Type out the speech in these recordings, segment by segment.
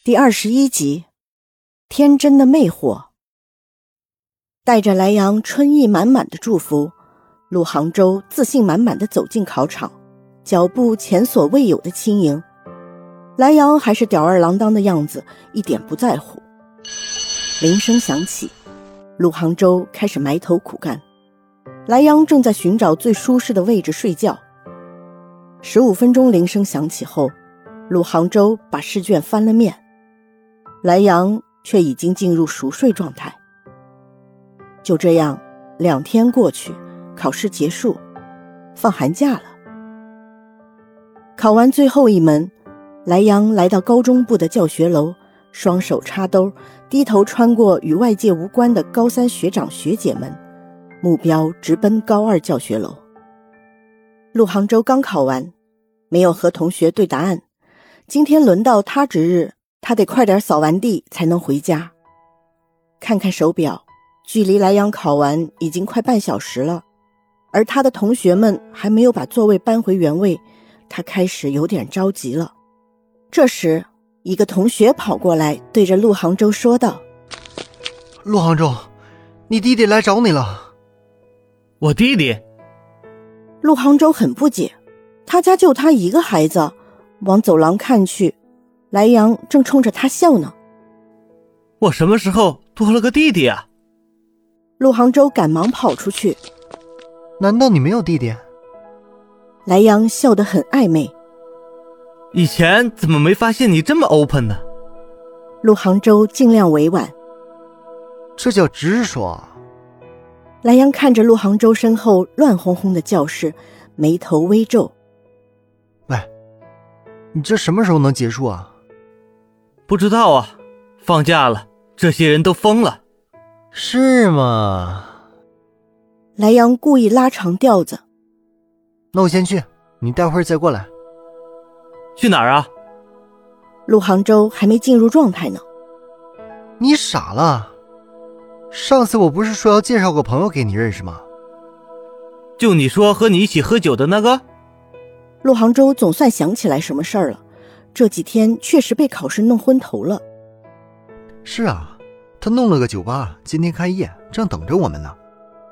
第21集，天真的魅惑。带着莱阳春意满满的祝福，陆杭州自信满满地走进考场，脚步前所未有的轻盈。莱阳还是吊儿郎当的样子，一点不在乎。铃声响起，陆杭州开始埋头苦干，莱阳正在寻找最舒适的位置睡觉。15分钟铃声响起后，陆杭州把试卷翻了面，莱阳却已经进入熟睡状态。就这样2天过去，考试结束，放寒假了。考完最后一门，莱阳来到高中部的教学楼，双手插兜，低头穿过与外界无关的高3学长学姐们，目标直奔高2教学楼。陆杭州刚考完，没有和同学对答案，今天轮到他值日，他得快点扫完地才能回家。看看手表，距离莱阳考完已经快半小时了，而他的同学们还没有把座位搬回原位，他开始有点着急了。这时一个同学跑过来，对着陆杭州说道： 陆杭州，你弟弟来找你了。 我弟弟？ 陆杭州很不解，他家就他一个孩子。往走廊看去，莱阳正冲着他笑呢。 我什么时候多了个弟弟啊？ 陆杭州赶忙跑出去。 难道你没有弟弟？ 莱阳笑得很暧昧。 以前怎么没发现你这么 open 呢？ 陆杭州尽量委婉。 这叫直说。 莱阳看着陆杭州身后乱哄哄的教室，眉头微皱。 喂，你这什么时候能结束啊？ 不知道啊，放假了，这些人都疯了。 是吗？ 莱阳故意拉长调子。 那我先去，你待会儿再过来。 去哪儿啊？ 陆杭州还没进入状态呢。 你傻了？上次我不是说要介绍个朋友给你认识吗？ 就你说和你一起喝酒的那个？ 陆杭州总算想起来什么事儿了，这几天确实被考试弄昏头了。 是啊，他弄了个酒吧，今天开业，正等着我们呢。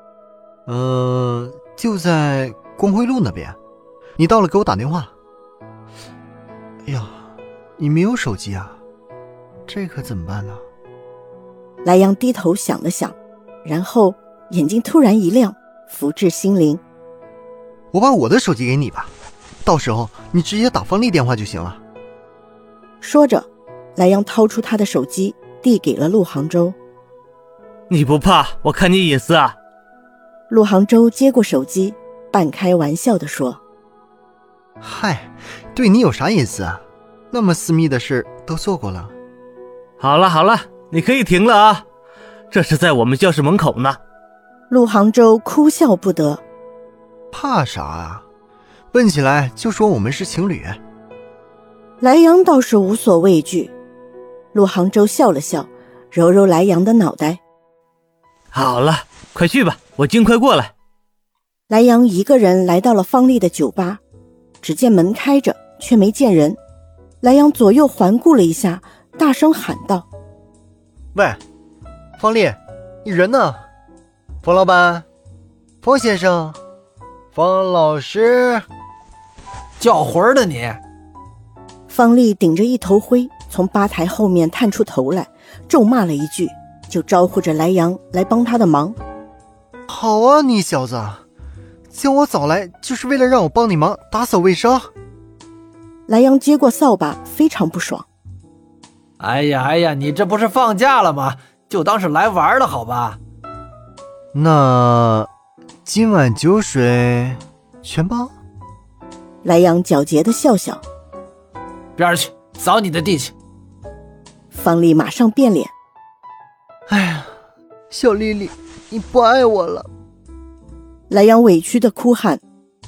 就在光辉路那边，你到了给我打电话。哎呀，你没有手机啊？这可怎么办呢？ 莱阳低头想了想，然后眼睛突然一亮，福至心灵。 我把我的手机给你吧，到时候你直接打方丽电话就行了。 说着，莱阳掏出他的手机递给了陆杭州。 你不怕我看你隐私啊？ 陆杭州接过手机，半开玩笑地说： 嗨，对你有啥隐私啊？那么私密的事都做过了。 好了好了，你可以停了啊，这是在我们教室门口呢。 陆杭州哭笑不得。 怕啥啊？问起来就说我们是情侣。 莱阳倒是无所畏惧。陆杭州笑了笑，揉揉莱阳的脑袋。 好了，快去吧，我尽快过来。 莱阳一个人来到了方丽的酒吧，只见门开着，却没见人。莱阳左右环顾了一下，大声喊道： 喂，方丽，你人呢？方老板，方先生，方老师， 叫魂的你！ 方丽顶着一头灰，从吧台后面探出头来，咒骂了一句，就招呼着莱阳来帮他的忙。 好啊，你小子，叫我早来就是为了让我帮你忙打扫卫生。 莱阳接过扫把，非常不爽。 哎呀，你这不是放假了吗？就当是来玩的好吧？ 那今晚酒水全包？ 莱阳狡黠的笑笑。 边去，扫你的地去。 方丽马上变脸。 哎呀，小丽丽，你不爱我了。 莱阳委屈的哭喊。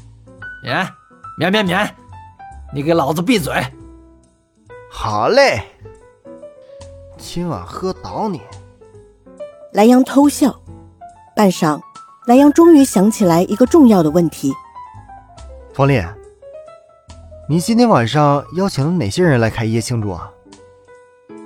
免，你给老子闭嘴。 好嘞，今晚喝倒你。 莱阳偷笑。半晌，莱阳终于想起来一个重要的问题。 方丽，你今天晚上邀请了哪些人来开业庆祝啊？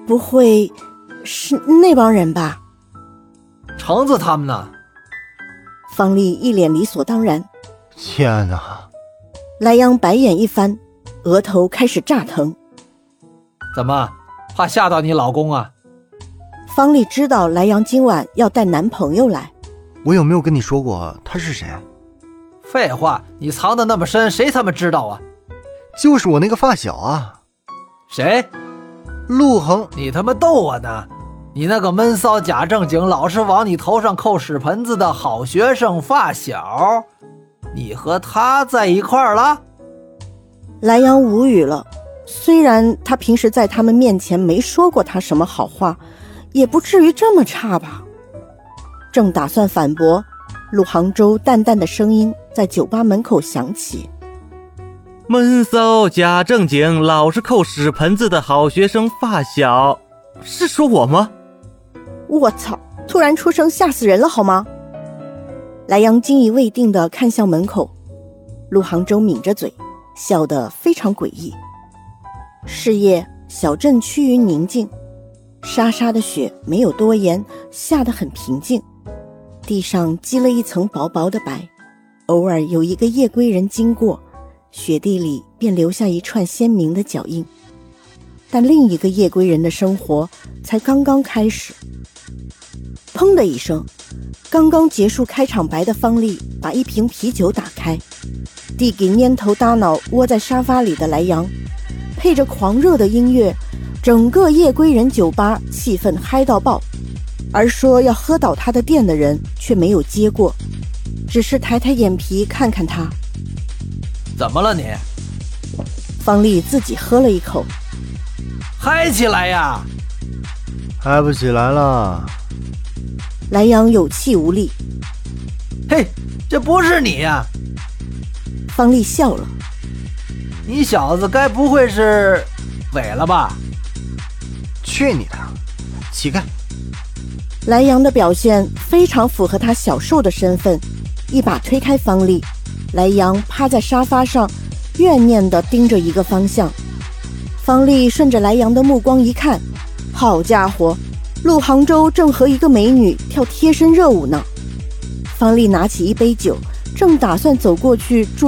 不会是那帮人吧？ 橙子他们呢？ 方丽一脸理所当然。 天哪！ 莱阳白眼一翻，额头开始炸疼。 怎么，怕吓到你老公啊？ 方丽知道莱阳今晚要带男朋友来。 我有没有跟你说过他是谁？ 废话，你藏得那么深，谁他妈知道啊？ 就是我那个发小啊。 谁？ 陆恒。 你他妈逗我呢？你那个闷骚假正经，老是往你头上扣屎盆子的好学生发小，你和他在一块儿了？ 莱阳无语了，虽然他平时在他们面前没说过他什么好话，也不至于这么差吧。正打算反驳，陆杭州淡淡的声音在酒吧门口响起。 闷骚假正经，老是扣屎盆子的好学生发小，是说我吗？ 我操，突然出声吓死人了好吗？莱阳惊疑未定地看向门口，陆杭州抿着嘴，笑得非常诡异。是夜，小镇趋于宁静，沙沙的雪没有多盐，下得很平静，地上积了一层薄薄的白，偶尔有一个夜归人经过，雪地里便留下一串鲜明的脚印。但另一个夜归人的生活才刚刚开始。砰的一声，刚刚结束开场白的方丽把一瓶啤酒打开，递给蔫头耷脑窝在沙发里的莱阳，配着狂热的音乐，整个夜归人酒吧气氛嗨到爆。而说要喝倒他的店的人却没有接过，只是抬抬眼皮看看他。 怎么了你？ 方丽自己喝了一口。 嗨起来呀！ 嗨不起来了。 莱阳有气无力。 嘿，这不是你呀！ 方丽笑了。 你小子该不会是伪了吧？ 去你的，乞丐！ 莱阳的表现非常符合他小受的身份，一把推开方丽，莱阳趴在沙发上，怨念地盯着一个方向。方丽顺着莱阳的目光一看，好家伙，陆杭州正和一个美女跳贴身热舞呢。方丽拿起一杯酒，正打算走过去助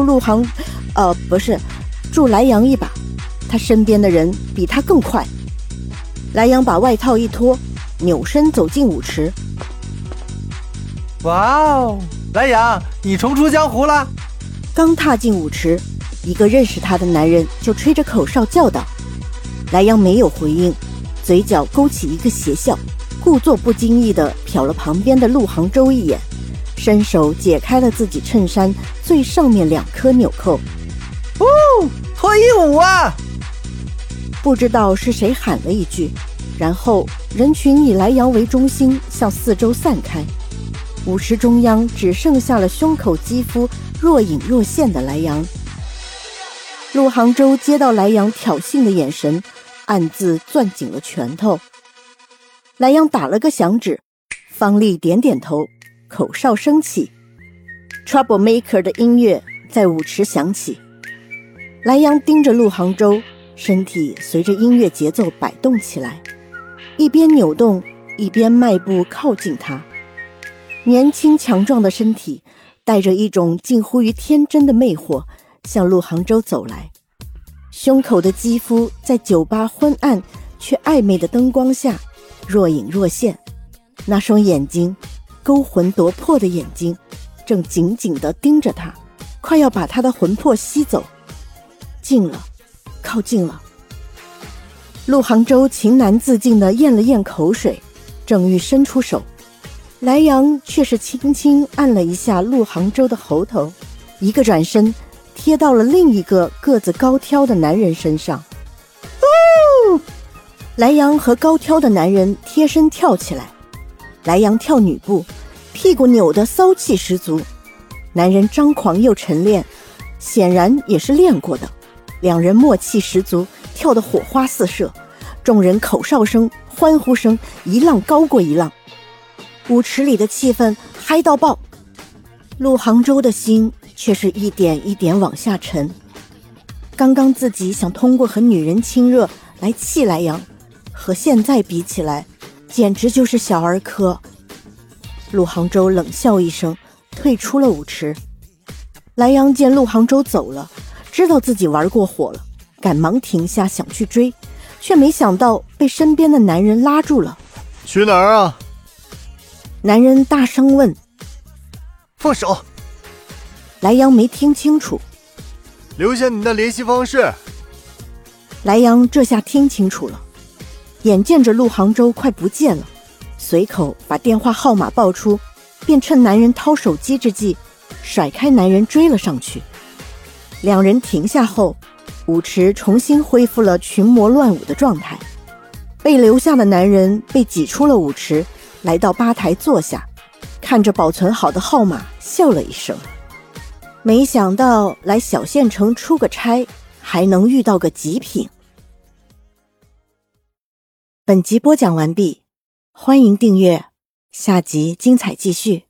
助莱阳一把，他身边的人比他更快。莱阳把外套一脱，扭身走进舞池。 哇哦，莱阳，你重出江湖了！ 刚踏进舞池，一个认识他的男人就吹着口哨叫道。莱阳没有回应，嘴角勾起一个邪笑，故作不经意地瞟了旁边的陆杭州一眼，伸手解开了自己衬衫最上面2颗纽扣。 脱衣舞啊！ 不知道是谁喊了一句，然后人群以莱阳为中心向四周散开，舞池中央只剩下了胸口肌肤若隐若现的莱阳。陆杭州接到莱阳挑衅的眼神，暗自攥紧了拳头。莱阳打了个响指，方丽点点头，口哨升起， Trouble Maker 的音乐在舞池响起。莱阳盯着陆杭州，身体随着音乐节奏摆动起来，一边扭动一边迈步靠近他。年轻强壮的身体带着一种近乎于天真的魅惑向陆杭州走来，胸口的肌肤在酒吧昏暗却暧昧的灯光下若隐若现，那双眼睛，勾魂夺魄的眼睛，正紧紧地盯着他，快要把他的魂魄吸走。近了，靠近了。陆杭州情难自禁地咽了咽口水，正欲伸出手，莱阳却是轻轻按了一下陆杭州的喉头，一个转身贴到了另一个个子高挑的男人身上。莱阳和高挑的男人贴身跳起来，莱阳跳女步，屁股扭得骚气十足，男人张狂又沉练，显然也是练过的，两人默契十足，跳得火花四射，众人口哨声欢呼声一浪高过一浪，舞池里的气氛嗨到爆。陆杭州的心却是一点一点往下沉，刚刚自己想通过和女人亲热来气莱阳， 和现在比起来，简直就是小儿科。陆杭州冷笑一声，退出了舞池。莱阳见陆杭州走了，知道自己玩过火了，赶忙停下想去追，却没想到被身边的男人拉住了。 去哪儿啊？ 男人大声问。 放手！ 莱阳没听清楚。 留下你的联系方式。 莱阳这下听清楚了，眼见着陆杭州快不见了，随口把电话号码报出，便趁男人掏手机之际，甩开男人追了上去。两人停下后，舞池重新恢复了群魔乱舞的状态。被留下的男人被挤出了舞池，来到吧台坐下，看着保存好的号码笑了一声。没想到来小县城出个差，还能遇到个极品。本集播讲完毕，欢迎订阅，下集精彩继续。